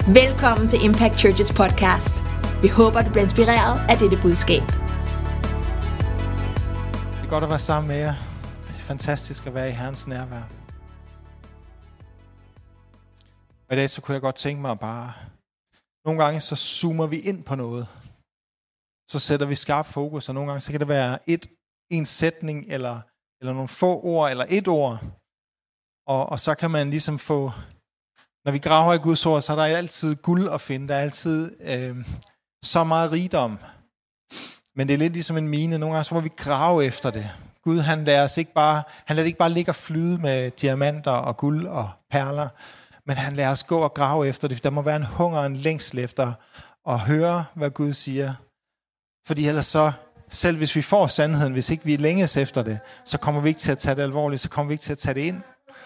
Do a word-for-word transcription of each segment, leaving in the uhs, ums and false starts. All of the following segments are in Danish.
Velkommen til Impact Churches podcast. Vi håber, du bliver inspireret af dette budskab. Det er godt at være sammen med jer. Det er fantastisk at være i Herrens nærvær. Og i dag så kunne jeg godt tænke mig at bare... Nogle gange så zoomer vi ind på noget. Så sætter vi skarp fokus, og nogle gange så kan det være et, en sætning, eller, eller nogle få ord, eller et ord. Og, og så kan man ligesom få... Når vi graver i Guds ord, så er der altid guld at finde. Der er altid øh, så meget rigdom. Men det er lidt ligesom en mine. Nogle gange så må vi grave efter det. Gud, han lader os ikke bare, han lader ikke bare ligge og flyde med diamanter og guld og perler. Men han lader os gå og grave efter det. Der må være en hunger og en længsel efter at høre, hvad Gud siger. Fordi ellers så, selv hvis vi får sandheden, hvis ikke vi længes efter det, så kommer vi ikke til at tage det alvorligt, så kommer vi ikke til at tage det ind.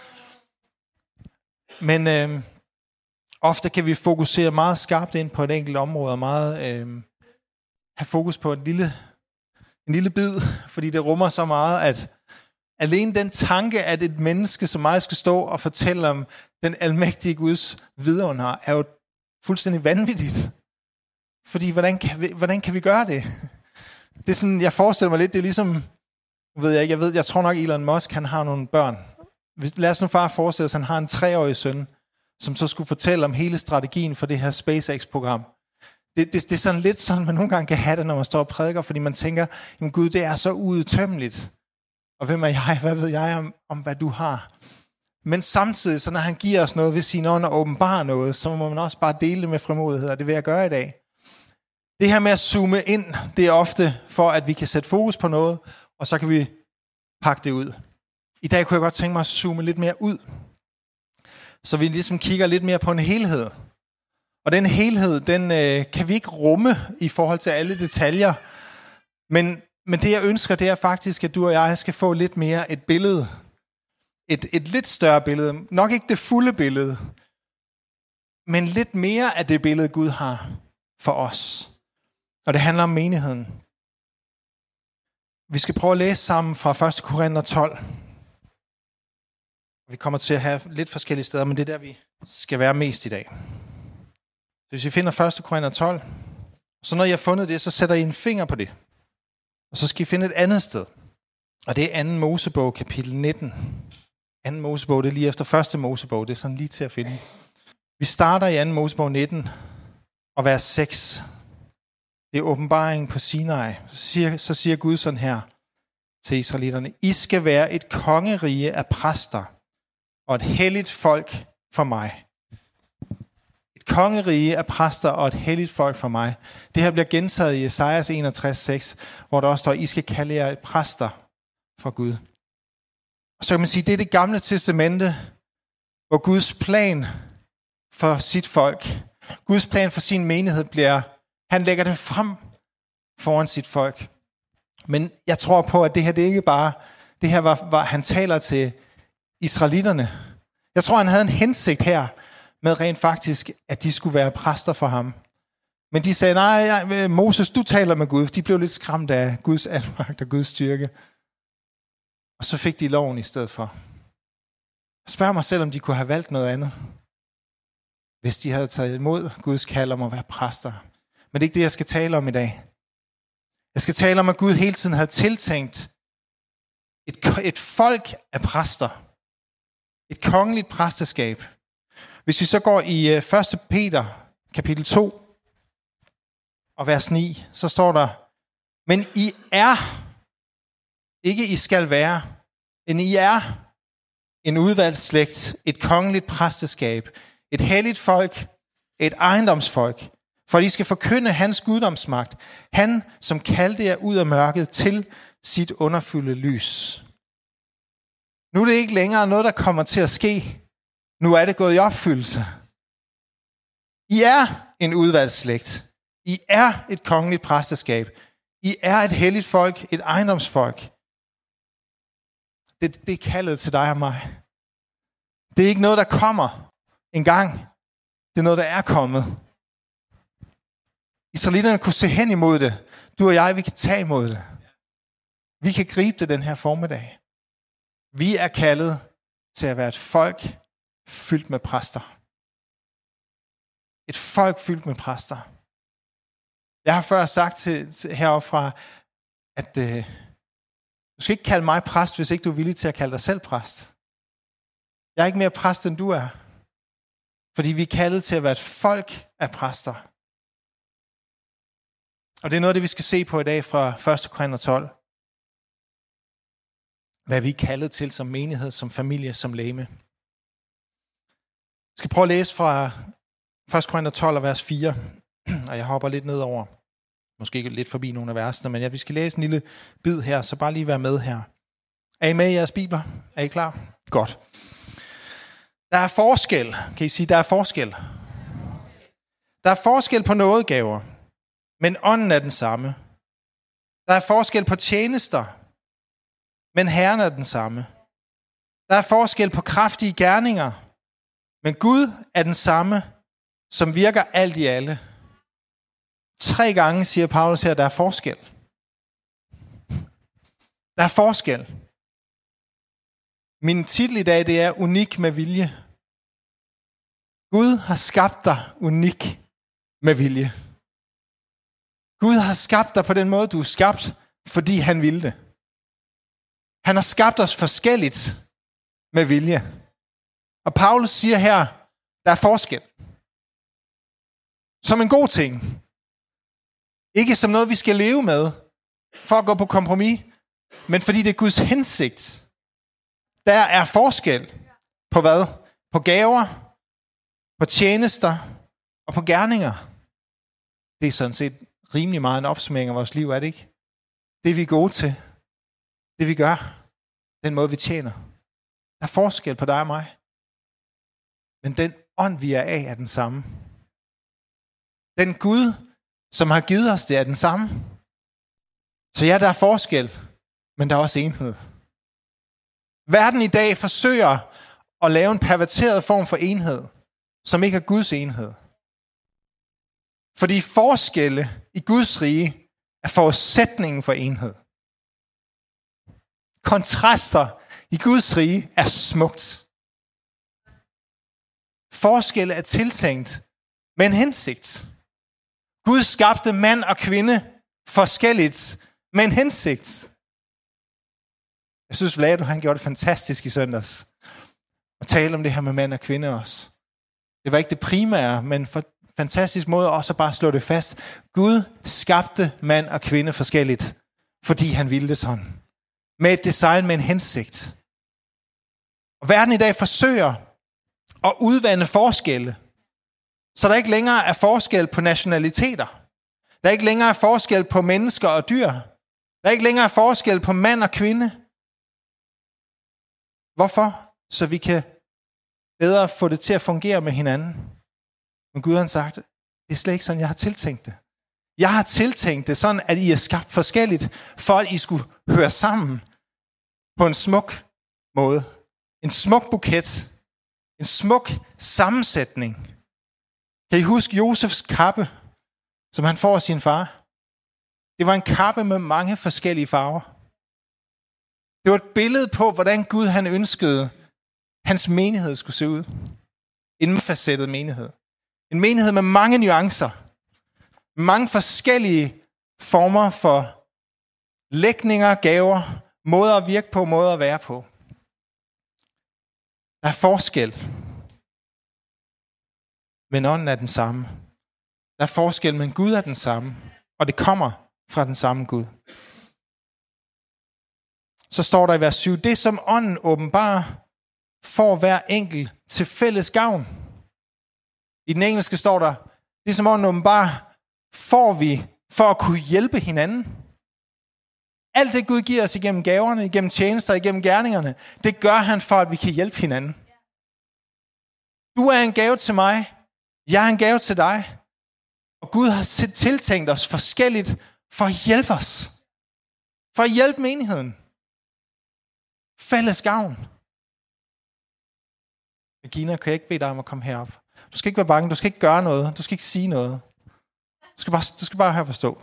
Men øh, ofte kan vi fokusere meget skarpt ind på et enkelt område, og meget øh, have fokus på en lille, en lille bid, fordi det rummer så meget, at alene den tanke, at et menneske som mig skal stå og fortælle om den almægtige Guds vidunder, er jo fuldstændig vanvittigt. Fordi hvordan kan vi, hvordan kan vi gøre det? Det er sådan, jeg forestiller mig lidt, det er ligesom, ved jeg ikke, jeg ved, jeg tror nok Elon Musk, han har nogle børn. Lad os nu bare forestille os, at han har en treårig søn, som så skulle fortælle om hele strategien for det her SpaceX-program. Det, det, det er sådan lidt sådan, man nogle gange kan have det, når man står og prædiker, fordi man tænker, jamen Gud, det er så uudtømmeligt. Og hvem er jeg? Hvad ved jeg om, om hvad du har? Men samtidig, så når han giver os noget ved sin ånd og åbenbarer noget, så må man også bare dele det med frimodighed, og det vil jeg gøre i dag. Det her med at zoome ind, det er ofte for, at vi kan sætte fokus på noget, og så kan vi pakke det ud. I dag kunne jeg godt tænke mig at zoome lidt mere ud, så vi ligesom kigger lidt mere på en helhed. Og den helhed, den øh, kan vi ikke rumme i forhold til alle detaljer. Men, men det jeg ønsker, det er faktisk, at du og jeg skal få lidt mere et billede. Et, et lidt større billede. Nok ikke det fulde billede, men lidt mere af det billede, Gud har for os. Og det handler om menigheden. Vi skal prøve at læse sammen fra første Korinther tolv. Vi kommer til at have lidt forskellige steder, men det er der, vi skal være mest i dag. Så hvis vi finder første Korinther tolv, så når I har fundet det, så sætter I en finger på det. Og så skal I finde et andet sted. Og det er anden Mosebog, kapitel nitten. anden Mosebog, det er lige efter første Mosebog. Det er sådan lige til at finde. Vi starter i anden Mosebog nitten og vers seks. Det er åbenbaringen på Sinai. Så siger, så siger Gud sådan her til israelitterne. I skal være et kongerige af præster og et helligt folk for mig. Et kongerige af præster og et helligt folk for mig. Det her bliver gentaget i Esajas enogtres seks, hvor der også står, I skal kalde jer et præster for Gud. Og så kan man sige, det er det gamle testamente, hvor Guds plan for sit folk, Guds plan for sin menighed bliver, han lægger det frem foran sit folk. Men jeg tror på, at det her det ikke bare, det her var, var han taler til israelitterne. Jeg tror, han havde en hensigt her med rent faktisk, at de skulle være præster for ham. Men de sagde, nej, Moses, du taler med Gud. De blev lidt skræmt af Guds almagt og Guds styrke. Og så fik de loven i stedet for. Jeg spørger mig selv, om de kunne have valgt noget andet, hvis de havde taget imod Guds kald om at være præster. Men det er ikke det, jeg skal tale om i dag. Jeg skal tale om, at Gud hele tiden havde tiltænkt et, et folk af præster. Et kongeligt præsteskab. Hvis vi så går i første Peter, kapitel to, og vers ni, så står der, men I er, ikke I skal være, men I er en udvalgt slægt, et kongeligt præsteskab, et helligt folk, et ejendomsfolk, for I skal forkynde hans guddomsmagt, han som kaldte jer ud af mørket til sit underfulde lys. Nu er det ikke længere noget, der kommer til at ske. Nu er det gået i opfyldelse. I er en udvalgt slægt. I er et kongeligt præsteskab. I er et helligt folk, et ejendomsfolk. Det, det er kaldet til dig og mig. Det er ikke noget, der kommer en gang. Det er noget, der er kommet. Israelitterne kunne se hen imod det. Du og jeg, vi kan tage imod det. Vi kan gribe det den her formiddag. Vi er kaldet til at være et folk fyldt med præster. Et folk fyldt med præster. Jeg har før sagt til, til heroppe fra, at øh, du skal ikke kalde mig præst, hvis ikke du er villig til at kalde dig selv præst. Jeg er ikke mere præst, end du er. Fordi vi er kaldet til at være et folk af præster. Og det er noget af det, vi skal se på i dag fra første Korinther tolv. Hvad vi er kaldet til som menighed, som familie, som legeme. Jeg skal prøve at læse fra første Korinther tolv og vers fire. Og jeg hopper lidt nedover. Måske ikke lidt forbi nogle af versene, men ja, vi skal læse en lille bid her, så bare lige være med her. Er I med i jeres bibler? Er I klar? Godt. Der er forskel. Kan I sige, der er forskel? Der er forskel på nådegaver, men ånden er den samme. Der er forskel på tjenester, men Herren er den samme. Der er forskel på kraftige gerninger, men Gud er den samme, som virker alt i alle. Tre gange siger Paulus her, at der er forskel. Der er forskel. Min titel i dag, det er unik med vilje. Gud har skabt dig unik med vilje. Gud har skabt dig på den måde, du er skabt, fordi han ville det. Han har skabt os forskelligt med vilje. Og Paulus siger her, der er forskel. Som en god ting. Ikke som noget, vi skal leve med, for at gå på kompromis, men fordi det er Guds hensigt. Der er forskel på hvad? På gaver, på tjenester og på gerninger. Det er sådan set rimelig meget en opsummering af vores liv, er det ikke? Det vi er gode til, det vi gør, den måde vi tjener. Der er forskel på dig og mig. Men den ånd, vi er af, er den samme. Den Gud, som har givet os det, er den samme. Så ja, der er forskel, men der er også enhed. Verden i dag forsøger at lave en perverteret form for enhed, som ikke er Guds enhed. Fordi forskelle i Guds rige er forudsætningen for enhed. Kontraster i Guds rige er smukt. Forskelle er tiltænkt med en hensigt. Gud skabte mand og kvinde forskelligt med en hensigt. Jeg synes, Vlado, han gjorde det fantastisk i søndags. At tale om det her med mand og kvinde også. Det var ikke det primære, men for fantastisk måde også at bare slå det fast. Gud skabte mand og kvinde forskelligt, fordi han ville det sådan. Med et design med en hensigt. Og verden i dag forsøger at udvande forskelle. Så der ikke længere er forskel på nationaliteter. Der ikke længere er forskel på mennesker og dyr. Der ikke længere er forskel på mand og kvinde. Hvorfor? Så vi kan bedre få det til at fungere med hinanden. Men Gud har sagt, det er slet ikke sådan, jeg har tiltænkt det. Jeg har tiltænkt det sådan, at I er skabt forskelligt, for at I skulle høre sammen på en smuk måde. En smuk buket. En smuk sammensætning. Kan I huske Josefs kappe, som han får af sin far? Det var en kappe med mange forskellige farver. Det var et billede på, hvordan Gud han ønskede, hans menighed skulle se ud. En facettet menighed. En menighed med mange nuancer. Mange forskellige former for lægninger, gaver, måder at virke på, måder at være på. Der er forskel. Men ånden er den samme. Der er forskel, men Gud er den samme. Og det kommer fra den samme Gud. Så står der i vers syv, det som ånden åbenbarer, får hver enkelt til fælles gavn. I den engelske står der, det som ånden åbenbarer, får vi for at kunne hjælpe hinanden. Alt det Gud giver os igennem gaverne, igennem tjenester, igennem gerningerne, det gør han for, at vi kan hjælpe hinanden. Du er en gave til mig, jeg er en gave til dig. Og Gud har tiltænkt os forskelligt for at hjælpe os. For at hjælpe menigheden. Fælles gavn. Regina, kan jeg ikke bede dig om at komme herop? Du skal ikke være bange, du skal ikke gøre noget, du skal ikke sige noget. Du skal bare, du skal bare høre forstå.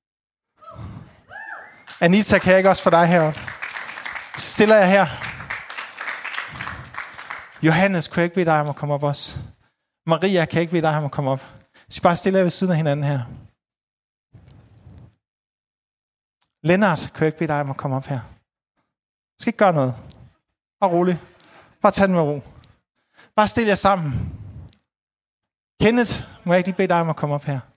Anita, kan jeg ikke også få dig herop? Så stiller jeg her. Johannes, kunne jeg ikke bede dig om at komme op også? Maria, kan jeg ikke bede dig om at komme op? Så bare stille jer ved siden af hinanden her. Lennart, kan jeg ikke bede dig om at komme op her? Jeg skal ikke gøre noget. Bare rolig. Bare tag den med ro. Bare stil jer sammen. Kenneth, må jeg ikke lige bede dig om at komme op her?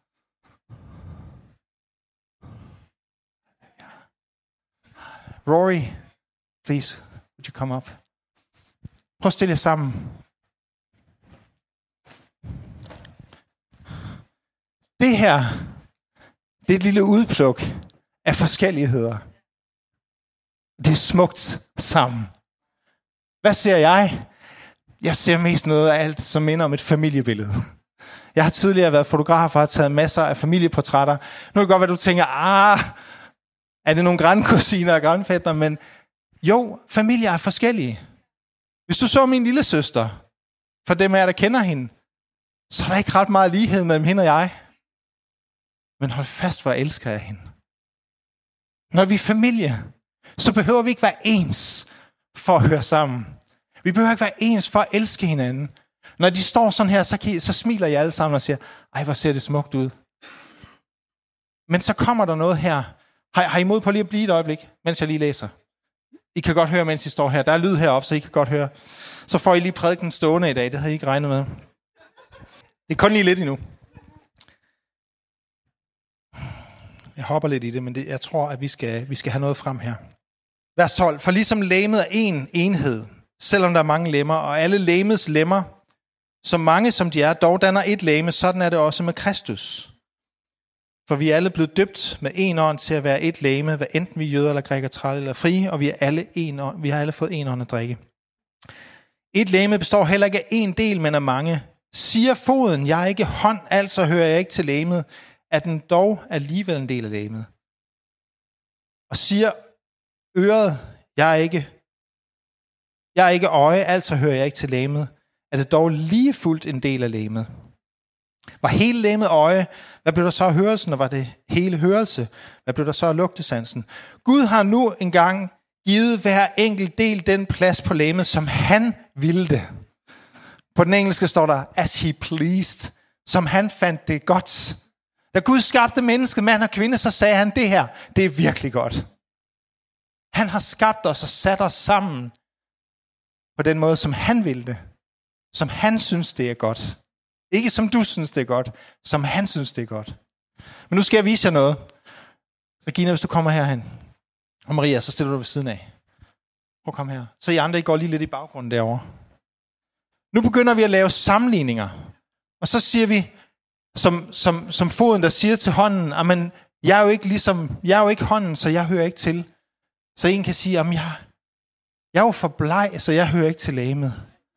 Rory, please, would you come up? Prøv at stille jer sammen. Det her, det er et lille udpluk af forskelligheder. Det er smukt sammen. Hvad ser jeg? Jeg ser mest noget af alt, som minder om et familiebillede. Jeg har tidligere været fotograf og har taget masser af familieportrætter. Nu kan det godt være, du tænker, ah, er det nogle grandkusiner og grandfætter? Men jo, familier er forskellige. Hvis du så min lille søster, for dem af jer, der kender hende, så er der ikke ret meget lighed mellem hende og jeg. Men hold fast, hvor elsker jeg hende. Når vi er familie, så behøver vi ikke være ens for at høre sammen. Vi behøver ikke være ens for at elske hinanden. Når de står sådan her, så, kan I, så smiler I alle sammen og siger, ej, hvor ser det smukt ud. Men så kommer der noget her. Har, har I mod på lige at blive et øjeblik, mens jeg lige læser? I kan godt høre, mens I står her. Der er lyd heroppe, så I kan godt høre. Så får I lige prædiken stående i dag. Det havde I ikke regnet med. Det er kun lige lidt endnu. Jeg hopper lidt i det, men det, jeg tror, at vi skal, vi skal have noget frem her. Vers tolv. For ligesom legemet er en enhed, selvom der er mange lemmer, og alle legemets lemmer, så mange som de er, dog danner et legeme, sådan er det også med Kristus. For vi er alle blevet døbt med en ånd til at være et legeme, hvad enten vi er jøder eller grækere, trælle eller frie, og vi, er alle en ånd, vi har alle fået en ånd at drikke. Et legeme består heller ikke af en del, men af mange. Siger foden, jeg er ikke hånd, altså hører jeg ikke til legemet, er den dog alligevel en del af legemet. Og siger øret, jeg er ikke, jeg er ikke øje, altså hører jeg ikke til legemet, er det dog lige fuldt en del af legemet. Var hele legemet øje, hvad blev der så af hørelsen, og var det hele hørelse? Hvad blev der så af lugtesansen? Gud har nu engang givet hver enkelt del den plads på legemet, som han ville det. På den engelske står der, as he pleased, som han fandt det godt. Da Gud skabte mennesket, mand og kvinde, så sagde han det her, det er virkelig godt. Han har skabt os og sat os sammen på den måde, som han ville det. Som han synes, det er godt. Ikke som du synes, det er godt. Som han synes, det er godt. Men nu skal jeg vise jer noget. Regina, hvis du kommer herhen. Og Maria, så stiller du ved siden af. Prøv at komme her. Så I andre, I går lige lidt i baggrunden derovre. Nu begynder vi at lave sammenligninger. Og så siger vi, som, som, som foden, der siger til hånden, amen, jeg er jo ikke ligesom, jeg er jo ikke hånden, så jeg hører ikke til. Så en kan sige, jamen, jeg, jeg er jo for bleg, så jeg hører ikke til legemet.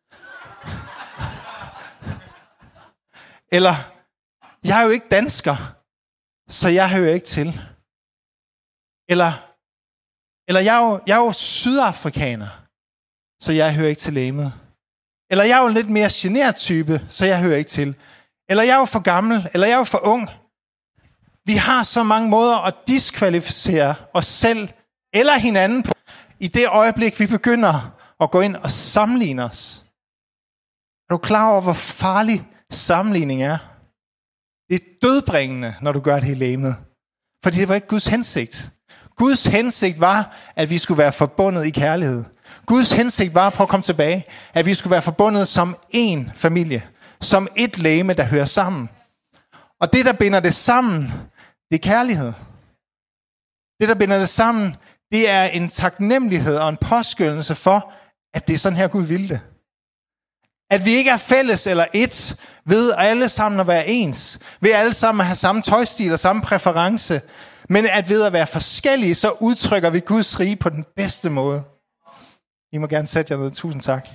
Eller, jeg er jo ikke dansker, så jeg hører ikke til. Eller, eller jeg, er jo, jeg er jo sydafrikaner, så jeg hører ikke til legemet. Eller jeg er jo en lidt mere genert type, så jeg hører ikke til. Eller jeg er jo for gammel, eller jeg er jo for ung. Vi har så mange måder at diskvalificere os selv eller hinanden på, i det øjeblik, vi begynder at gå ind og sammenligne os. Er du klar over, hvor farlig sammenligning er? Det er dødbringende, når du gør det i legemet. Fordi det var ikke Guds hensigt. Guds hensigt var, at vi skulle være forbundet i kærlighed. Guds hensigt var, på at komme tilbage, at vi skulle være forbundet som én familie. Som et legeme, der hører sammen. Og det, der binder det sammen, det er kærlighed. Det, der binder det sammen, det er en taknemmelighed og en påskyndelse for, at det er sådan her, Gud ville det. At vi ikke er fælles eller et, ved alle sammen at være ens. Ved alle sammen at have samme tøjstil og samme præference. Men at ved at være forskellige, så udtrykker vi Guds rige på den bedste måde. I må gerne sætte jer ned. Tusind tak.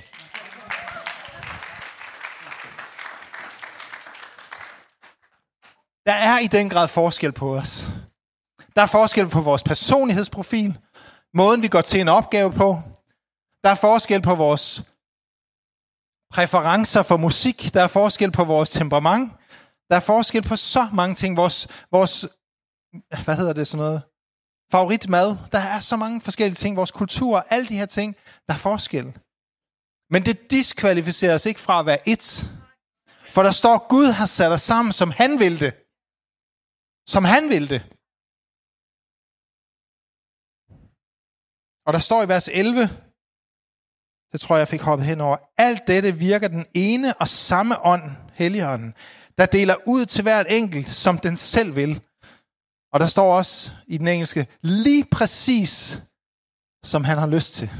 Der er i den grad forskel på os. Der er forskel på vores personlighedsprofil, måden vi går til en opgave på. Der er forskel på vores præferencer for musik. Der er forskel på vores temperament. Der er forskel på så mange ting. Vores, vores hvad hedder det sådan noget? Favoritmad. Der er så mange forskellige ting. Vores kultur, alle de her ting, der er forskel. Men det diskvalificerer os ikke fra at være et. For der står, Gud har sat os sammen, som han vil det. Som han vil det. Og der står i vers elleve, det tror jeg, jeg fik hoppet hen over. Alt dette virker den ene og samme ånd, Helligånden, der deler ud til hvert enkelt, som den selv vil. Og der står også i den engelske, lige præcis, som han har lyst til.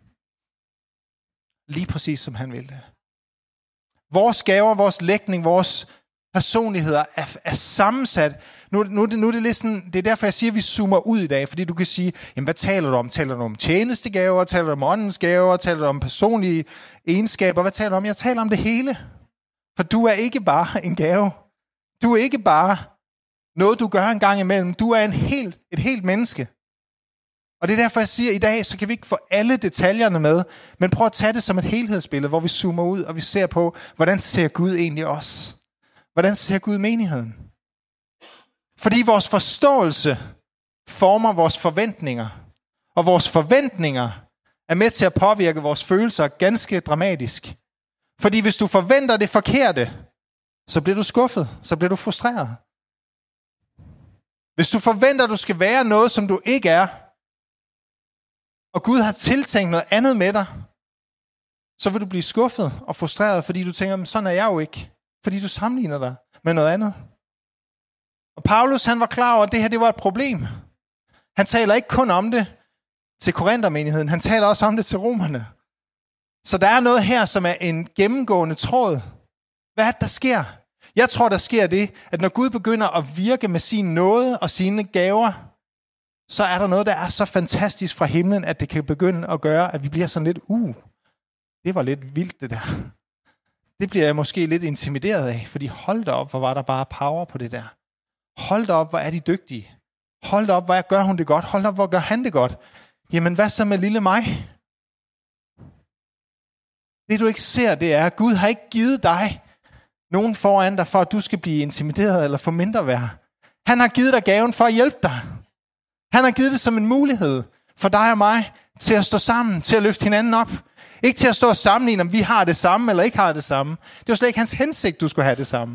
Lige præcis, som han vil det. Vores gaver, vores lægning, vores personligheder er, er sammensat. Nu, nu, nu er det lidt sådan, det er derfor, jeg siger, at vi zoomer ud i dag, fordi du kan sige, jamen hvad taler du om? Taler du om tjenestegaver? Taler du om åndens gaver? Taler du om personlige egenskaber? Hvad taler du om? Jeg taler om det hele. For du er ikke bare en gave. Du er ikke bare noget, du gør en gang imellem. Du er en helt, et helt menneske. Og det er derfor, jeg siger, at i dag, så kan vi ikke få alle detaljerne med, men prøv at tage det som et helhedsbillede, hvor vi zoomer ud, og vi ser på, hvordan ser Gud egentlig os? Hvordan ser Gud menigheden? Fordi vores forståelse former vores forventninger, og vores forventninger er med til at påvirke vores følelser ganske dramatisk. Fordi hvis du forventer det forkerte, så bliver du skuffet, så bliver du frustreret. Hvis du forventer, at du skal være noget, som du ikke er, og Gud har tiltænkt noget andet med dig, så vil du blive skuffet og frustreret, fordi du tænker, sådan er jeg jo ikke. Fordi du sammenligner dig med noget andet. Og Paulus, han var klar over, at det her det var et problem. Han taler ikke kun om det til Korinthermenigheden, han taler også om det til romerne. Så der er noget her, som er en gennemgående tråd. Hvad er det, der sker? Jeg tror, der sker det, at når Gud begynder at virke med sin nåde og sine gaver, så er der noget, der er så fantastisk fra himlen, at det kan begynde at gøre, at vi bliver sådan lidt, uh, det var lidt vildt det der. Det bliver jeg måske lidt intimideret af, fordi hold da op, hvor var der bare power på det der. Hold da op, hvor er de dygtige. Hold da op, hvor gør hun det godt. Hold da op, hvor gør han det godt. Jamen, hvad så med lille mig? Det du ikke ser, det er, at Gud har ikke givet dig nogen foran dig, for at du skal blive intimideret eller få mindre værd. Han har givet dig gaven for at hjælpe dig. Han har givet det som en mulighed for dig og mig til at stå sammen, til at løfte hinanden op. Ikke til at stå og sammenligne, om vi har det samme eller ikke har det samme. Det var slet ikke hans hensigt, du skulle have det samme.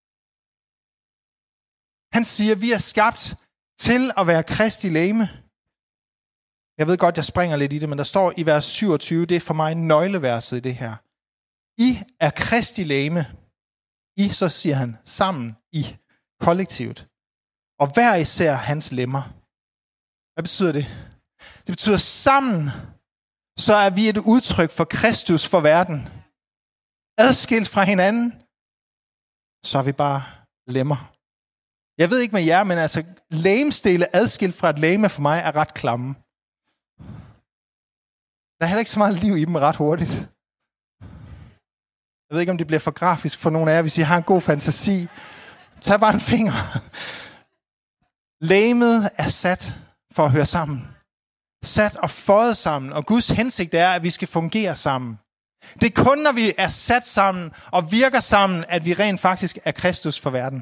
Han siger, at vi er skabt til at være Kristi legeme. Jeg ved godt, jeg springer lidt i det, men der står i vers syvogtyve, det er for mig nøgleverset i det her. I er Kristi legeme. I, så siger han, sammen i, kollektivt. Og hver især hans lemmer. Hvad betyder det? Det betyder sammen, så er vi et udtryk for Kristus for verden. Adskilt fra hinanden, så er vi bare lemmer. Jeg ved ikke med jer, men altså legemsdele adskilt fra et legeme for mig er ret klamme. Der er heller ikke så meget liv i dem ret hurtigt. Jeg ved ikke, om det bliver for grafisk for nogle af jer, hvis I har en god fantasi. Tag bare en finger. Legemet er sat for at høre sammen. Sat og føjet sammen. Og Guds hensigt er, at vi skal fungere sammen. Det er kun, når vi er sat sammen og virker sammen, at vi rent faktisk er Kristus for verden.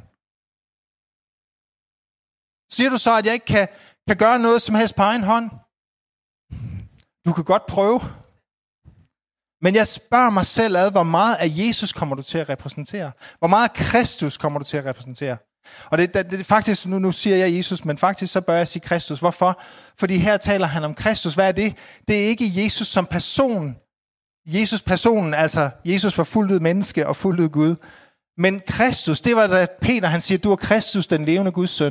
Siger du så, at jeg ikke kan, kan gøre noget som helst på egen hånd? Du kan godt prøve. Men jeg spørger mig selv ad, hvor meget af Jesus kommer du til at repræsentere? Hvor meget af Kristus kommer du til at repræsentere? Og det, det, det faktisk, nu, nu siger jeg Jesus, men faktisk så bør jeg sige Kristus. Hvorfor? Fordi her taler han om Kristus. Hvad er det? Det er ikke Jesus som person. Jesus personen, altså Jesus var fuldt ud menneske og fuldt ud Gud. Men Kristus, det var da Peter, han siger, du er Kristus, den levende Guds søn.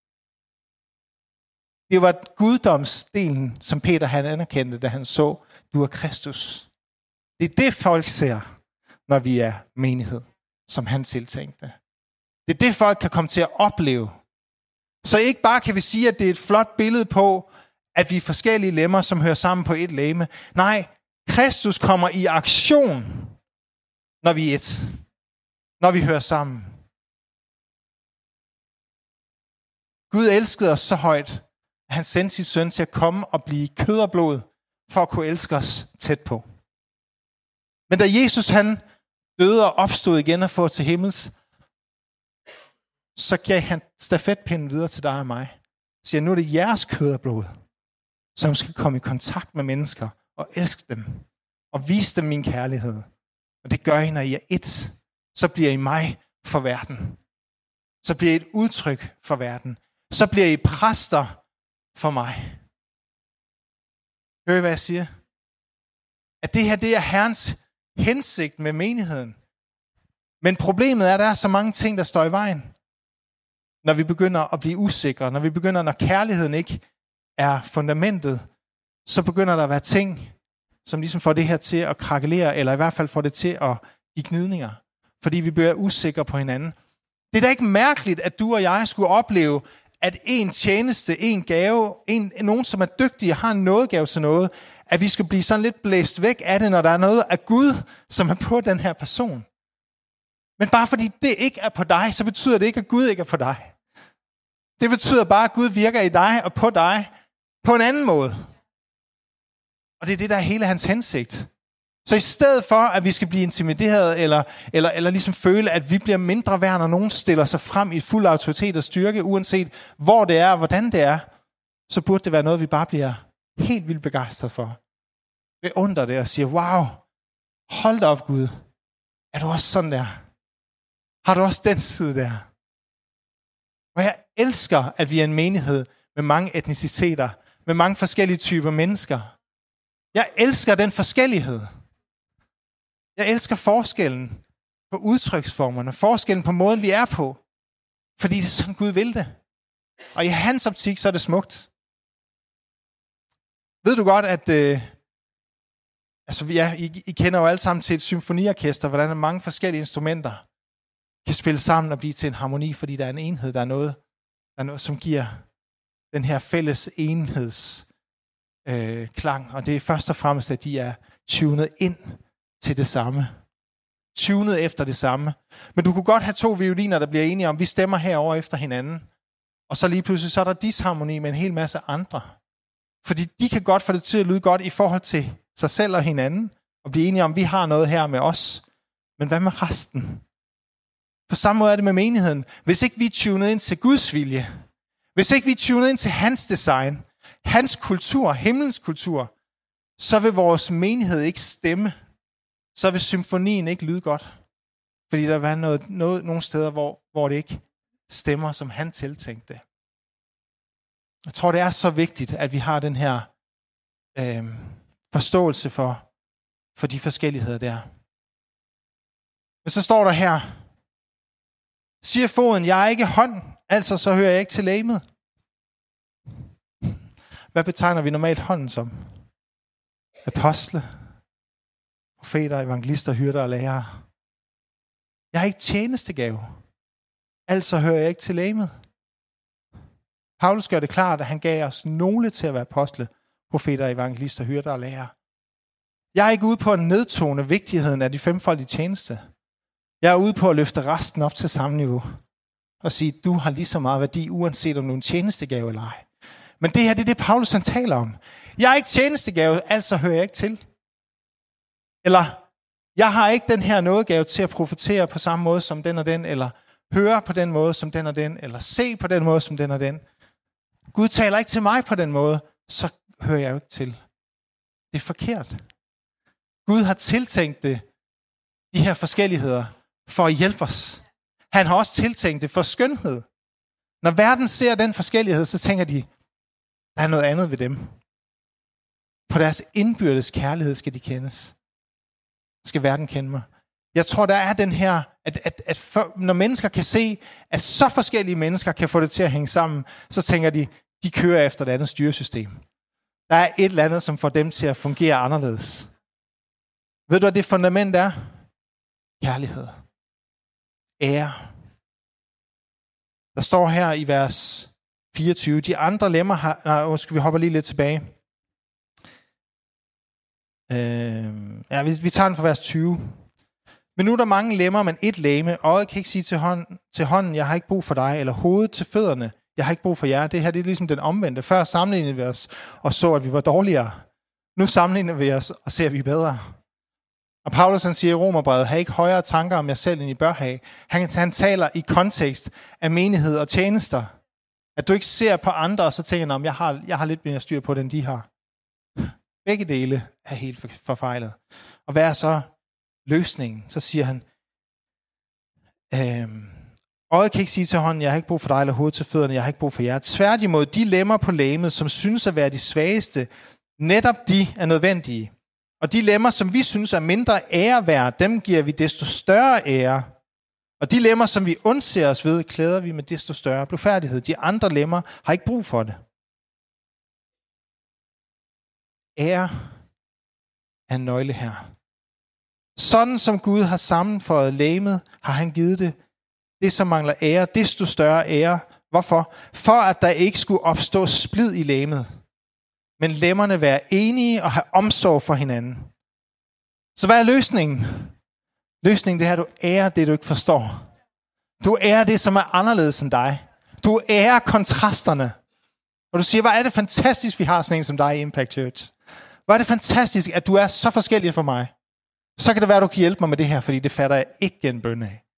Det var guddomsdelen, som Peter han anerkendte, da han så, du er Kristus. Det er det, folk ser, når vi er menighed, som han tiltænkte. Det er det, folk kan komme til at opleve. Så ikke bare kan vi sige, at det er et flot billede på, at vi er forskellige lemmer, som hører sammen på et legeme. Nej, Kristus kommer i aktion, når vi er et. Når vi hører sammen. Gud elskede os så højt, at han sendte sin søn til at komme og blive kød og blod, for at kunne elske os tæt på. Men da Jesus han døde og opstod igen og få til himmels, så gav han stafetpinden videre til dig og mig. Så siger, nu er det jeres kød og blod, som skal komme i kontakt med mennesker og elske dem og vise dem min kærlighed. Og det gør I, når I er et så bliver I mig for verden. Så bliver I et udtryk for verden. Så bliver I præster for mig. Hører I, hvad jeg siger? At det her, det er Herrens hensigt med menigheden. Men problemet er, at der er så mange ting, der står i vejen. Når vi begynder at blive usikre, når vi begynder, når kærligheden ikke er fundamentet, så begynder der at være ting, som ligesom får det her til at krakelere, eller i hvert fald får det til at give gnidninger. Fordi vi bliver usikre på hinanden. Det er da ikke mærkeligt, at du og jeg skulle opleve, at en tjeneste, en gave, en, nogen, som er dygtig og har en nådegave til noget, at vi skal blive sådan lidt blæst væk af det, når der er noget af Gud, som er på den her person. Men bare fordi det ikke er på dig, så betyder det ikke, at Gud ikke er på dig. Det betyder bare, at Gud virker i dig og på dig på en anden måde. Og det er det, der er hele hans hensigt. Så i stedet for, at vi skal blive intimideret, eller, eller, eller ligesom føle, at vi bliver mindre værd, når nogen stiller sig frem i fuld autoritet og styrke, uanset hvor det er og hvordan det er, så burde det være noget, vi bare bliver helt vildt begejstret for. Beundrer det og siger, wow, hold da op Gud. Er du også sådan der? Har du også den side der? Og jeg elsker, at vi er en menighed med mange etniciteter, med mange forskellige typer mennesker. Jeg elsker den forskellighed. Jeg elsker forskellen på udtryksformerne, forskellen på måden, vi er på. Fordi det er sådan, Gud vil det. Og i hans optik, så er det smukt. Ved du godt, at øh, altså, ja, I, I kender jo alle sammen til et symfoniorkester, hvordan mange forskellige instrumenter kan spille sammen og blive til en harmoni, fordi der er en enhed, der er noget, der er noget som giver den her fælles enheds øh, klang. Og det er først og fremmest, at de er tunet ind til det samme. Tunet efter det samme. Men du kunne godt have to violiner, der bliver enige om, vi stemmer herover efter hinanden. Og så lige pludselig, så er der disharmoni med en hel masse andre. Fordi de kan godt få det til at lyde godt i forhold til sig selv og hinanden, og blive enige om, vi har noget her med os. Men hvad med resten? På samme måde er det med menigheden. Hvis ikke vi er tunet ind til Guds vilje, hvis ikke vi er tunet ind til hans design, hans kultur, himlens kultur, så vil vores menighed ikke stemme. Så vil symfonien ikke lyde godt. Fordi der er noget, noget, nogle steder, hvor, hvor det ikke stemmer, som han tiltænkte. Jeg tror, det er så vigtigt, at vi har den her øh, forståelse for, for de forskelligheder der. Men så står der her, siger foden, jeg er ikke hånd, altså så hører jeg ikke til legemet. Hvad betegner vi normalt hånden som? Apostle, profeter, evangelister, hyrder og lærere. Jeg har ikke tjenestegave, altså hører jeg ikke til legemet. Paulus gør det klart, at han gav os nogle til at være apostle, profeter, evangelister, hyrder og lærere. Jeg er ikke ude på at nedtone vigtigheden af de femfoldige tjeneste. Jeg er ude på at løfte resten op til samme niveau. Og sige, du har lige så meget værdi, uanset om du er en tjenestegave eller ej. Men det her, det er det, Paulus han taler om. Jeg er ikke tjenestegave, altså hører jeg ikke til. Eller, jeg har ikke den her nådegave til at profetere på samme måde som den og den, eller høre på den måde som den og den, eller se på den måde som den og den. Gud taler ikke til mig på den måde, så hører jeg jo ikke til. Det er forkert. Gud har tiltænkt det, de her forskelligheder, for at hjælpe os. Han har også tiltænkt det for skønhed. Når verden ser den forskellighed, så tænker de, der er noget andet ved dem. På deres indbyrdes kærlighed skal de kendes. Skal verden kende mig. Jeg tror, der er den her, at, at, at for, når mennesker kan se, at så forskellige mennesker kan få det til at hænge sammen, så tænker de, de kører efter et andet styresystem. Der er et eller andet, som får dem til at fungere anderledes. Ved du, hvad det fundament er? Kærlighed. Ære. Der står her i vers fireogtyve, de andre lemmer har... Nej, skal vi hoppe lige lidt tilbage. Øh, ja, vi, vi tager den fra vers tyve. Men nu er der mange lemmer, men et legeme. Øjet kan ikke sige til, hånd, til hånden, jeg har ikke brug for dig, eller hovedet til fødderne, jeg har ikke brug for jer. Det her det er ligesom den omvendte. Før sammenlignede vi os og så, at vi var dårligere. Nu sammenligner vi os og ser, at vi er bedre. Og Paulus han siger i Romerbrevet, har ikke højere tanker om jer selv, end I bør have. Han, han taler i kontekst af menighed og tjenester. At du ikke ser på andre, og så tænker om jeg har, jeg har lidt mere styr på, end de har. Begge dele er helt forfejlet. Og hvad er så løsningen? Så siger han, Øhm, øjet kan ikke sige til hånden, jeg har ikke brug for dig, eller hovedet til fødderne, jeg har ikke brug for jer. Tværtimod, de lemmer på legemet, som synes at være de svageste, netop de er nødvendige. Og de lemmer, som vi synes er mindre ære værd, dem giver vi desto større ære. Og de lemmer, som vi undser os ved, klæder vi med desto større blufærdighed. De andre lemmer har ikke brug for det. Ære er en nøgle her. Sådan som Gud har sammenføjet legemet, har han givet det. Det, som mangler ære, desto større ære. Hvorfor? For at der ikke skulle opstå splid i legemet. Men lemmerne være enige og have omsorg for hinanden. Så hvad er løsningen? Løsningen det er, at du ærer det, du ikke forstår. Du ærer det, som er anderledes end dig. Du ærer kontrasterne. Og du siger, hvor er det fantastisk, vi har sådan en som dig i Impact Church. Hvor er det fantastisk, at du er så forskellig for mig. Så kan det være, at du kan hjælpe mig med det her, fordi det fatter jeg ikke en bøn af.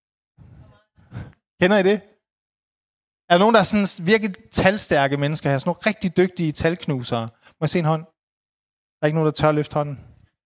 Kender I det? Er der nogen, der er sådan virkelig talstærke mennesker her? Sådan nogle rigtig dygtige talknusere. Må jeg se en hånd? Der er ikke nogen, der tør løfte hånden.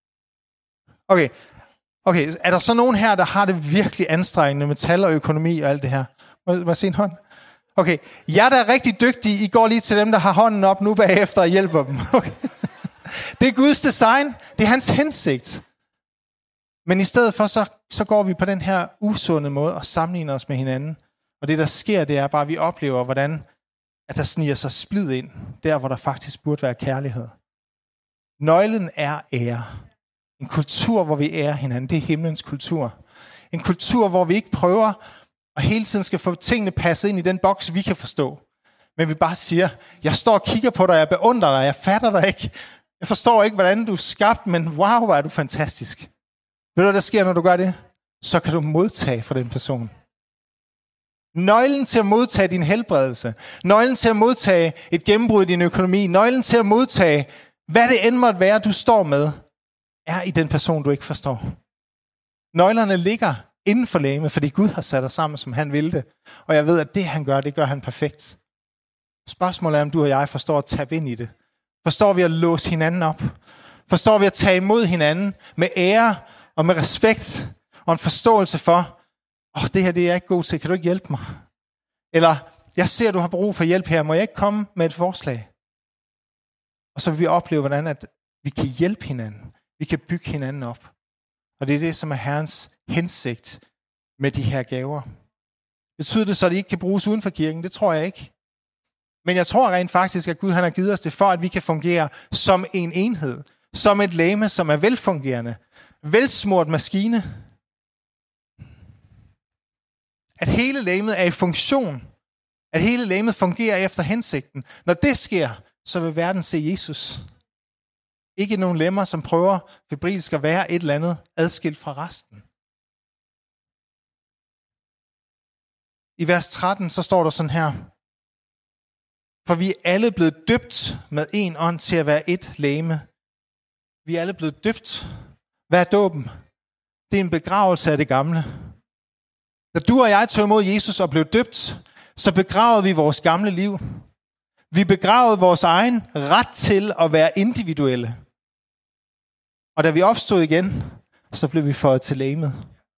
Okay. Okay, er der så nogen her, der har det virkelig anstrengende med tal og økonomi og alt det her? Må, må jeg se en hånd? Okay, jeg der er rigtig dygtige, I går lige til dem, der har hånden op nu bagefter og hjælper dem. Okay. Det er Guds design. Det er hans hensigt. Men i stedet for, så, så går vi på den her usunde måde og sammenligner os med hinanden. Og det, der sker, det er bare, at vi oplever, hvordan at der sniger sig splid ind, der hvor der faktisk burde være kærlighed. Nøglen er ære. En kultur, hvor vi ærer hinanden. Det er himlens kultur. En kultur, hvor vi ikke prøver og hele tiden skal få tingene passet ind i den boks, vi kan forstå. Men vi bare siger, jeg står og kigger på dig, jeg beundrer dig, jeg fatter dig ikke. Jeg forstår ikke, hvordan du er skabt, men wow, hvor er du fantastisk. Ved du, hvad der sker, når du gør det? Så kan du modtage fra den person. Nøglen til at modtage din helbredelse, nøglen til at modtage et gennembrud i din økonomi, nøglen til at modtage, hvad det end måtte være, du står med, er i den person, du ikke forstår. Nøglerne ligger inden for legemet, fordi Gud har sat os sammen, som han ville det. Og jeg ved, at det han gør, det gør han perfekt. Spørgsmålet er, om du og jeg forstår at tabe ind i det. Forstår vi at låse hinanden op? Forstår vi at tage imod hinanden med ære og med respekt og en forståelse for, åh, oh, det her det er jeg ikke god til, kan du ikke hjælpe mig? Eller, jeg ser, at du har brug for hjælp her, må jeg ikke komme med et forslag? Og så vil vi opleve, hvordan at vi kan hjælpe hinanden. Vi kan bygge hinanden op. Og det er det, som er Herrens hensigt med de her gaver. Betyder det så, at de ikke kan bruges uden for kirken? Det tror jeg ikke. Men jeg tror rent faktisk, at Gud han har givet os det for, at vi kan fungere som en enhed. Som et legeme, som er velfungerende. Velsmurt maskine. At hele legemet er i funktion. At hele legemet fungerer efter hensigten. Når det sker, så vil verden se Jesus. Ikke nogen lemmer, som prøver febrilsk at være et eller andet adskilt fra resten. I vers tretten, så står der sådan her. For vi er alle blevet døbt med en ånd til at være et legeme. Vi er alle blevet døbt. Hvad er dåben? Det er en begravelse af det gamle. Da du og jeg tog imod Jesus og blev døbt, så begravede vi vores gamle liv. Vi begravede vores egen ret til at være individuelle. Og da vi opstod igen, så blev vi føjet til legemet.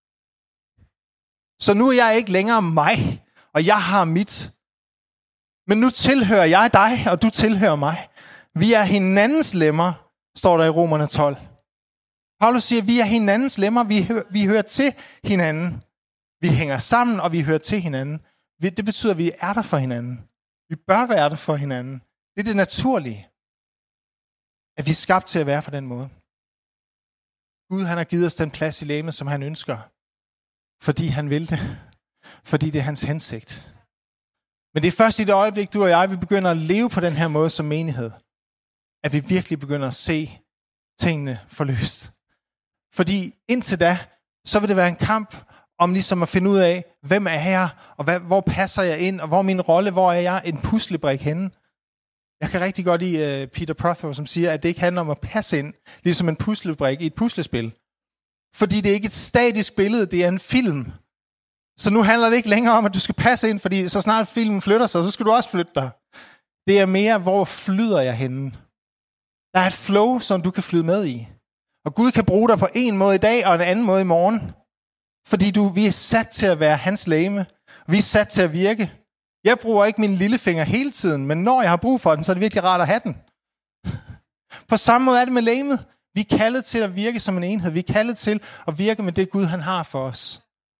Så nu er jeg ikke længere mig, og jeg har mit. Men nu tilhører jeg dig, og du tilhører mig. Vi er hinandens lemmer, står der i Romerne tolv. Paulus siger, vi er hinandens lemmer, vi, hø- vi hører til hinanden. Vi hænger sammen, og vi hører til hinanden. Det betyder, at vi er der for hinanden. Vi bør være der for hinanden. Det er det naturlige. At vi er skabt til at være på den måde. Gud han har givet os den plads i legemet, som han ønsker. Fordi han vil det. Fordi det er hans hensigt. Men det er først i det øjeblik, du og jeg, vi begynder at leve på den her måde som menighed. At vi virkelig begynder at se tingene forløst. Fordi indtil da, så vil det være en kamp om ligesom at finde ud af, hvem er jeg, og hvad, hvor passer jeg ind, og hvor er min rolle, hvor er jeg en puslebrik henne. Jeg kan rigtig godt lide uh, Peter Prothero, som siger, at det ikke handler om at passe ind, ligesom en puslebrik i et puslespil. Fordi det er ikke et statisk billede, det er en film. Så nu handler det ikke længere om, at du skal passe ind, fordi så snart filmen flytter sig, så skal du også flytte dig. Det er mere, hvor flyder jeg henne. Der er et flow, som du kan flyde med i. Og Gud kan bruge dig på en måde i dag, og en anden måde i morgen. Fordi du, vi er sat til at være hans legeme. Vi er sat til at virke. Jeg bruger ikke min lillefinger hele tiden, men når jeg har brug for den, så er det virkelig rart at have den. På samme måde er det med legemet. Vi er kaldet til at virke som en enhed. Vi er kaldet til at virke med det Gud, han har for os.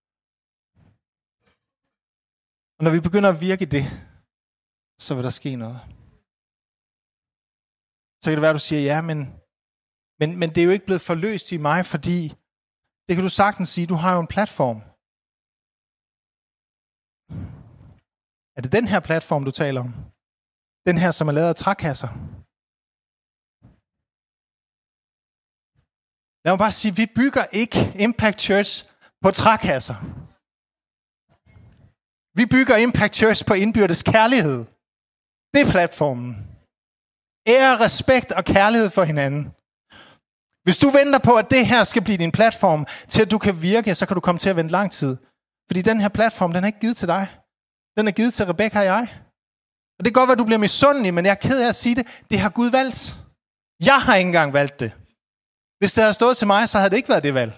Og når vi begynder at virke det, så vil der ske noget. Så kan det være, at du siger, ja, men, men, men det er jo ikke blevet forløst i mig, fordi det kan du sagtens sige, du har jo en platform. Er det den her platform, du taler om? Den her, som er lavet af trækasser? Lad mig bare sige, vi bygger ikke Impact Church på trækasser. Vi bygger Impact Church på indbyrdes kærlighed. Det er platformen. Ære, respekt og kærlighed for hinanden. Hvis du venter på, at det her skal blive din platform, til at du kan virke, så kan du komme til at vente lang tid. Fordi den her platform, den er ikke givet til dig. Den er givet til Rebecca og jeg. Og det kan godt være, at du bliver misundelig, men jeg er ked af at sige det. Det har Gud valgt. Jeg har ikke engang valgt det. Hvis det havde stået til mig, så havde det ikke været det valg.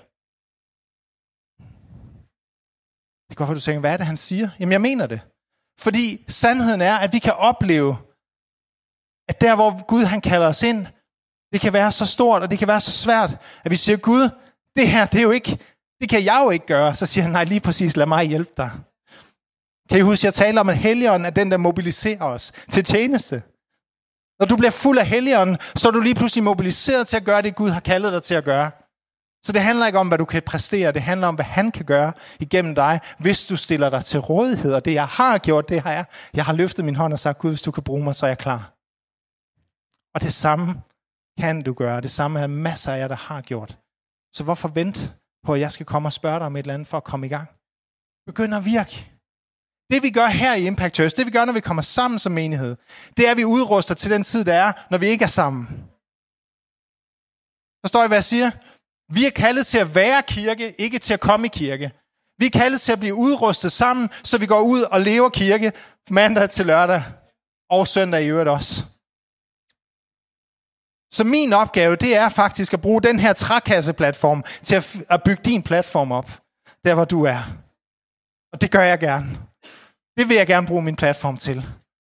Det kan godt være, at du tænker, hvad er det, han siger? Jamen, jeg mener det. Fordi sandheden er, at vi kan opleve, at der, hvor Gud han kalder os ind, det kan være så stort, og det kan være så svært, at vi siger, Gud, det her, det er jo ikke, det kan jeg jo ikke gøre. Så siger han, nej, lige præcis, lad mig hjælpe dig. Kan I huske, jeg taler om, at Helligånden er den, der mobiliserer os til tjeneste. Når du bliver fuld af Helligånden, så er du lige pludselig mobiliseret til at gøre det, Gud har kaldet dig til at gøre. Så det handler ikke om, hvad du kan præstere. Det handler om, hvad han kan gøre igennem dig, hvis du stiller dig til rådighed. Og det, jeg har gjort, det har jeg. Jeg har løftet min hånd og sagt, Gud, hvis du kan bruge mig, så er jeg klar. Og det samme kan du gøre. Det samme er masser af jer, der har gjort. Så hvorfor vente på, at jeg skal komme og spørge dig om et eller andet for at komme i gang? Begynd at virke. Det vi gør her i Impact Church, det vi gør, når vi kommer sammen som menighed, det er, at vi udruster til den tid, der er, når vi ikke er sammen. Forstår I, hvad jeg siger? Vi er kaldet til at være kirke, ikke til at komme i kirke. Vi er kaldet til at blive udrustet sammen, så vi går ud og lever kirke mandag til lørdag og søndag i øvrigt også. Så min opgave, det er faktisk at bruge den her trækasseplatform til at, at bygge din platform op, der hvor du er. Og det gør jeg gerne. Det vil jeg gerne bruge min platform til.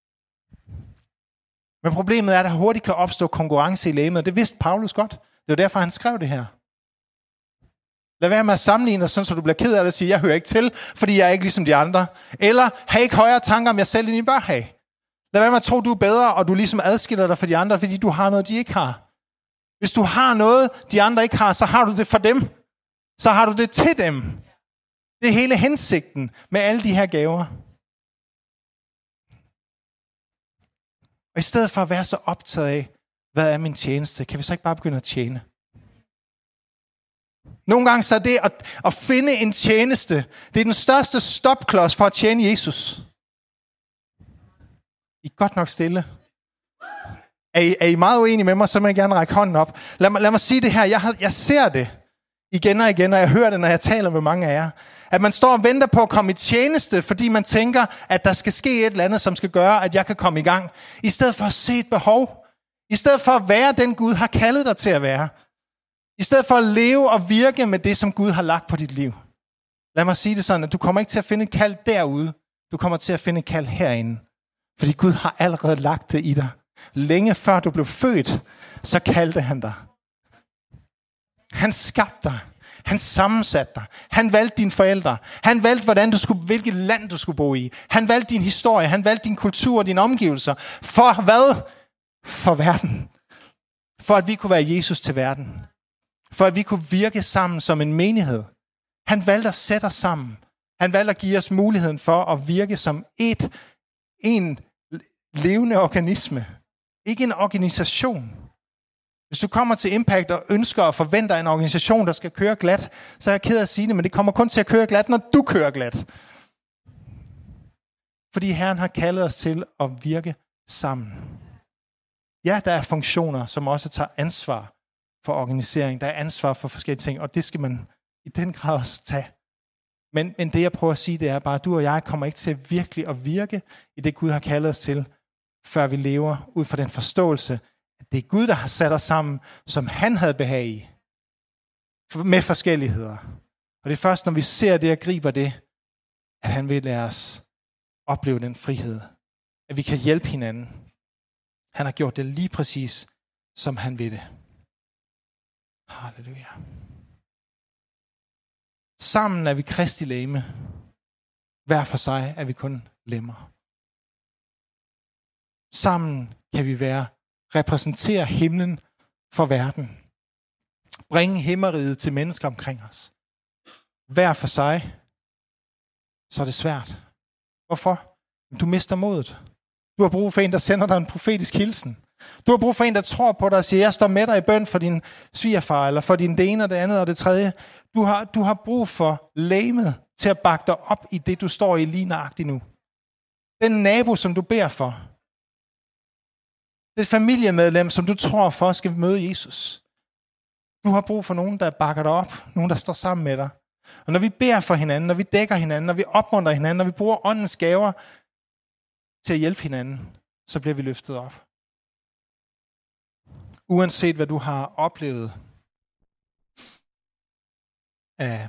Men problemet er, at der hurtigt kan opstå konkurrence i legemet. Det vidste Paulus godt. Det var derfor, han skrev det her. Lad være med at sammenligne dig, sådan så du bliver ked af det og sige, jeg hører ikke til, fordi jeg er ikke ligesom de andre. Eller have ikke højere tanker om jer selv, end I bør have. Lad være med at tro, du er bedre, og du ligesom adskiller dig fra de andre, fordi du har noget, de ikke har. Hvis du har noget, de andre ikke har, så har du det for dem. Så har du det til dem. Det er hele hensigten med alle de her gaver. Og i stedet for at være så optaget af, hvad er min tjeneste, kan vi så ikke bare begynde at tjene? Nogle gange så er det at, at finde en tjeneste, det er den største stopklods for at tjene Jesus. I er godt nok stille. Er I, er I meget uenige med mig, så må jeg gerne række hånden op. Lad mig, lad mig sige det her, jeg, har, jeg ser det igen og igen, og jeg hører det, når jeg taler med mange af jer. At man står og venter på at komme i tjeneste, fordi man tænker, at der skal ske et eller andet, som skal gøre, at jeg kan komme i gang. I stedet for at se et behov. I stedet for at være den Gud har kaldet dig til at være. I stedet for at leve og virke med det, som Gud har lagt på dit liv. Lad mig sige det sådan, at du kommer ikke til at finde et kald derude. Du kommer til at finde et kald herinde. Fordi Gud har allerede lagt det i dig. Længe før du blev født, så kaldte han dig. Han skabte dig. Han sammensatte dig. Han valgte dine forældre. Han valgte, hvordan du skulle, hvilket land du skulle bo i. Han valgte din historie. Han valgte din kultur og dine omgivelser. For hvad? For verden. For at vi kunne være Jesus til verden. For at vi kunne virke sammen som en menighed. Han valgte at sætte os sammen. Han valgte at give os muligheden for at virke som et, en levende organisme. Ikke en organisation. Hvis du kommer til Impact og ønsker og forventer en organisation, der skal køre glat, så er jeg ked af at sige det, men det kommer kun til at køre glat, når du kører glat. Fordi Herren har kaldet os til at virke sammen. Ja, der er funktioner, som også tager ansvar for organisering. Der er ansvar for forskellige ting, og det skal man i den grad også tage. Men, men det jeg prøver at sige, det er bare, at du og jeg kommer ikke til virkelig at virke i det Gud har kaldet os til, før vi lever ud fra den forståelse, at det er Gud, der har sat os sammen, som han havde behag i. Med forskelligheder. Og det er først, når vi ser det og griber det, at han vil lade os opleve den frihed. At vi kan hjælpe hinanden. Han har gjort det lige præcis, som han vil det. Halleluja. Sammen er vi Kristi legeme. Hver for sig er vi kun lemmer. Sammen kan vi være, repræsentere himlen for verden. Bringe himmeriget til mennesker omkring os. Hver for sig, så er det svært. Hvorfor? Du mister modet. Du har brug for en, der sender dig en profetisk hilsen. Du har brug for en, der tror på dig og siger, jeg står med dig i bøn for din svigerfar, eller for din det ene og det andet og det tredje. Du har, du har brug for legemet til at bakke dig op i det, du står i lige nøjagtigt nu. Den nabo, som du beder for. Det familiemedlem, som du tror for, skal møde Jesus. Du har brug for nogen, der bakker dig op. Nogen, der står sammen med dig. Og når vi beder for hinanden, når vi dækker hinanden, når vi opmuntrer hinanden, når vi bruger åndens gaver til at hjælpe hinanden, så bliver vi løftet op. Uanset hvad du har oplevet af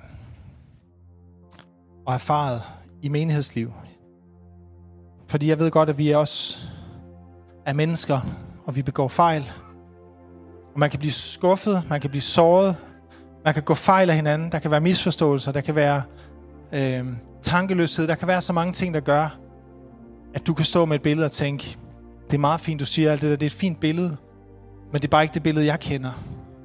og erfaret i menighedsliv. Fordi jeg ved godt, at vi også er mennesker, og vi begår fejl. Og man kan blive skuffet, man kan blive såret, man kan gå fejl af hinanden, der kan være misforståelser, der kan være øh, tankeløshed, der kan være så mange ting, der gør, at du kan stå med et billede og tænke, det er meget fint, du siger alt det der, det er et fint billede, men det er bare ikke det billede, jeg kender.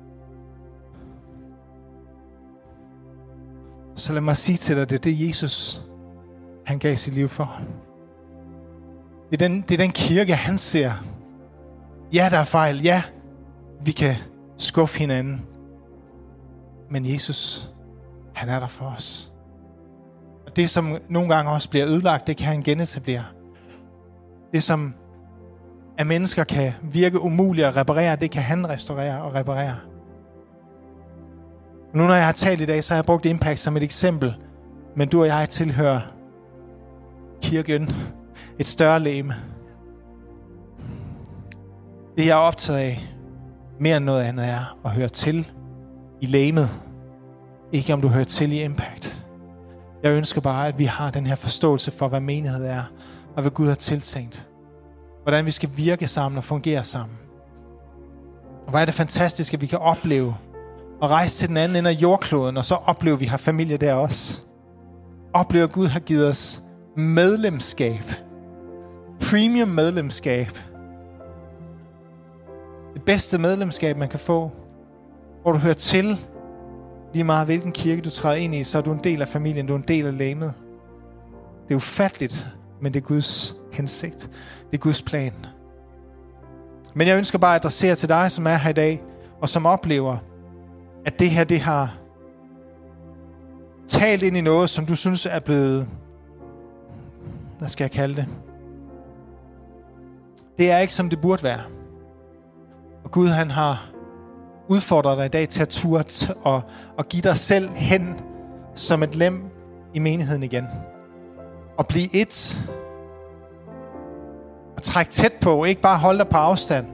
Så lad mig sige til dig, det er det Jesus, han gav sit liv for. Det er den, det er den kirke, han ser. Ja, der er fejl. Ja, vi kan skuffe hinanden. Men Jesus, han er der for os. Og det, som nogle gange også bliver ødelagt, det kan han genetablere. Det, som af mennesker kan virke umuligt at reparere, det kan han restaurere og reparere. Nu når jeg har talt i dag, så har jeg brugt Impact som et eksempel. Men du og jeg tilhører kirken, et større legeme. Det jeg er optaget af, mere end noget andet er at høre til i legemet. Ikke om du hører til i Impact. Jeg ønsker bare, at vi har den her forståelse for, hvad menighed er, og hvad Gud har tiltænkt. Hvordan vi skal virke sammen og fungere sammen. Og hvor er det fantastisk, at vi kan opleve og rejse til den anden ende af jordkloden, og så opleve, at vi har familie der også. Opleve, at Gud har givet os medlemskab. Premium medlemskab. Det bedste medlemskab, man kan få. Hvor du hører til, lige meget hvilken kirke du træder ind i, så er du en del af familien, du er en del af legemet. Det er ufatteligt, men det er Guds hensigt. Det er Guds plan. Men jeg ønsker bare at adressere til dig, som er her i dag, og som oplever, at det her, det har talt ind i noget, som du synes er blevet, hvad skal jeg kalde det? Det er ikke, som det burde være. Og Gud, han har udfordret dig i dag til at turde og, og give dig selv hen som et lem i menigheden igen. Og blive et. Og træk tæt på, ikke bare holde dig på afstand.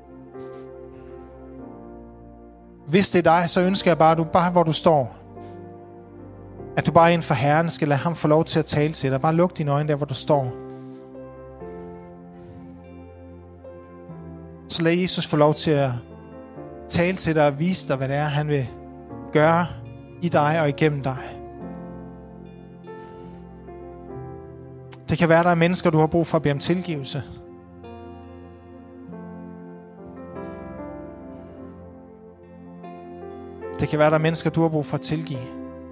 Hvis det er dig, så ønsker jeg bare, at du bare hvor du står, at du bare inden for Herren skal lade ham få lov til at tale til dig. Bare luk dine øjne der, hvor du står. Så lad Jesus få lov til at tale til dig og vise dig, hvad det er, han vil gøre i dig og igennem dig. Det kan være, der er mennesker, du har brug for at bede om tilgivelse. Det kan være, der er mennesker, du har brug for at tilgive.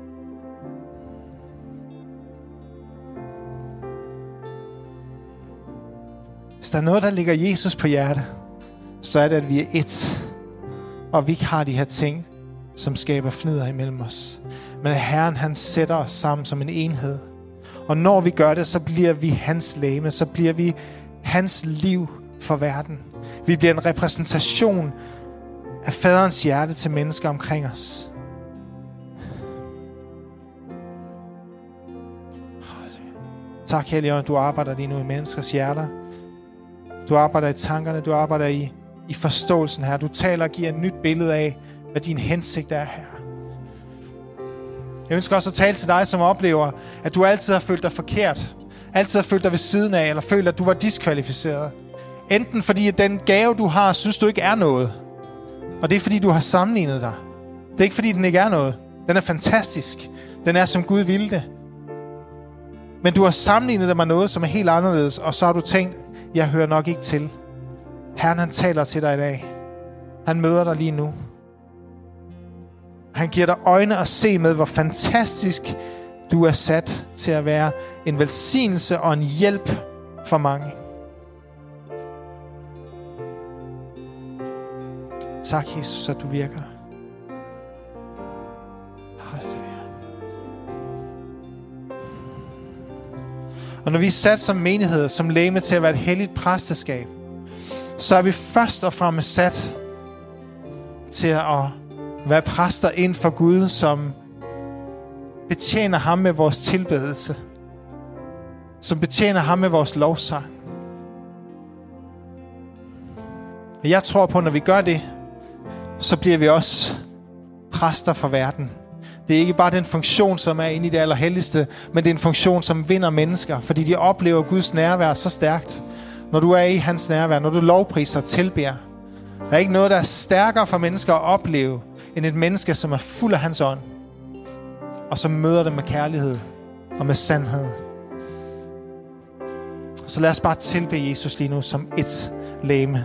Hvis der er noget, der ligger Jesus på hjerte, så er det, at vi er ét. Og vi ikke har de her ting, som skaber fnider imellem os. Men Herren, han sætter os sammen som en enhed. Og når vi gør det, så bliver vi hans legeme. Så bliver vi hans liv for verden. Vi bliver en repræsentation af faderens hjerte til mennesker omkring os. Tak, Helligånd, du arbejder lige nu i menneskers hjerter. Du arbejder i tankerne, du arbejder i, i forståelsen her. Du taler og giver et nyt billede af, hvad din hensigt er her. Jeg ønsker også at tale til dig, som oplever, at du altid har følt dig forkert. Altid har følt dig ved siden af, eller følt, at du var diskvalificeret. Enten fordi, at den gave, du har, synes du ikke er noget. Og det er fordi, du har sammenlignet dig. Det er ikke fordi, den ikke er noget. Den er fantastisk. Den er, som Gud ville det. Men du har sammenlignet dig med noget, som er helt anderledes, og så har du tænkt, jeg hører nok ikke til. Herren, han taler til dig i dag. Han møder dig lige nu. Han giver dig øjne at se med, hvor fantastisk du er sat til at være en velsignelse og en hjælp for mange. Tak, Jesus, at du virker. Halleluja. Og når vi er sat som menighed, som legeme til at være et helligt præsteskab, så er vi først og fremmest sat til at være præster ind for Gud, som betjener ham med vores tilbedelse, som betjener ham med vores lovsang. Jeg tror på, at når vi gør det, så bliver vi også præster for verden. Det er ikke bare den funktion, som er inde i det allerhelligste, men det er en funktion, som vinder mennesker, fordi de oplever Guds nærvær så stærkt. Når du er i hans nærvær, når du lovpriser og tilbeder, der er ikke noget, der er stærkere for mennesker at opleve, end et menneske, som er fuld af hans ånd, og som møder dem med kærlighed og med sandhed. Så lad os bare tilbede Jesus lige nu som et legeme.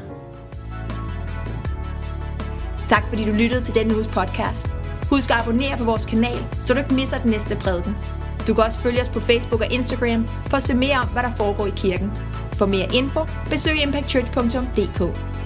Tak fordi du lyttede til denne uges podcast. Husk at abonnere på vores kanal, så du ikke misser den næste prædiken. Du kan også følge os på Facebook og Instagram for at se mere om, hvad der foregår i kirken. For mere info, besøg impact church punktum d k.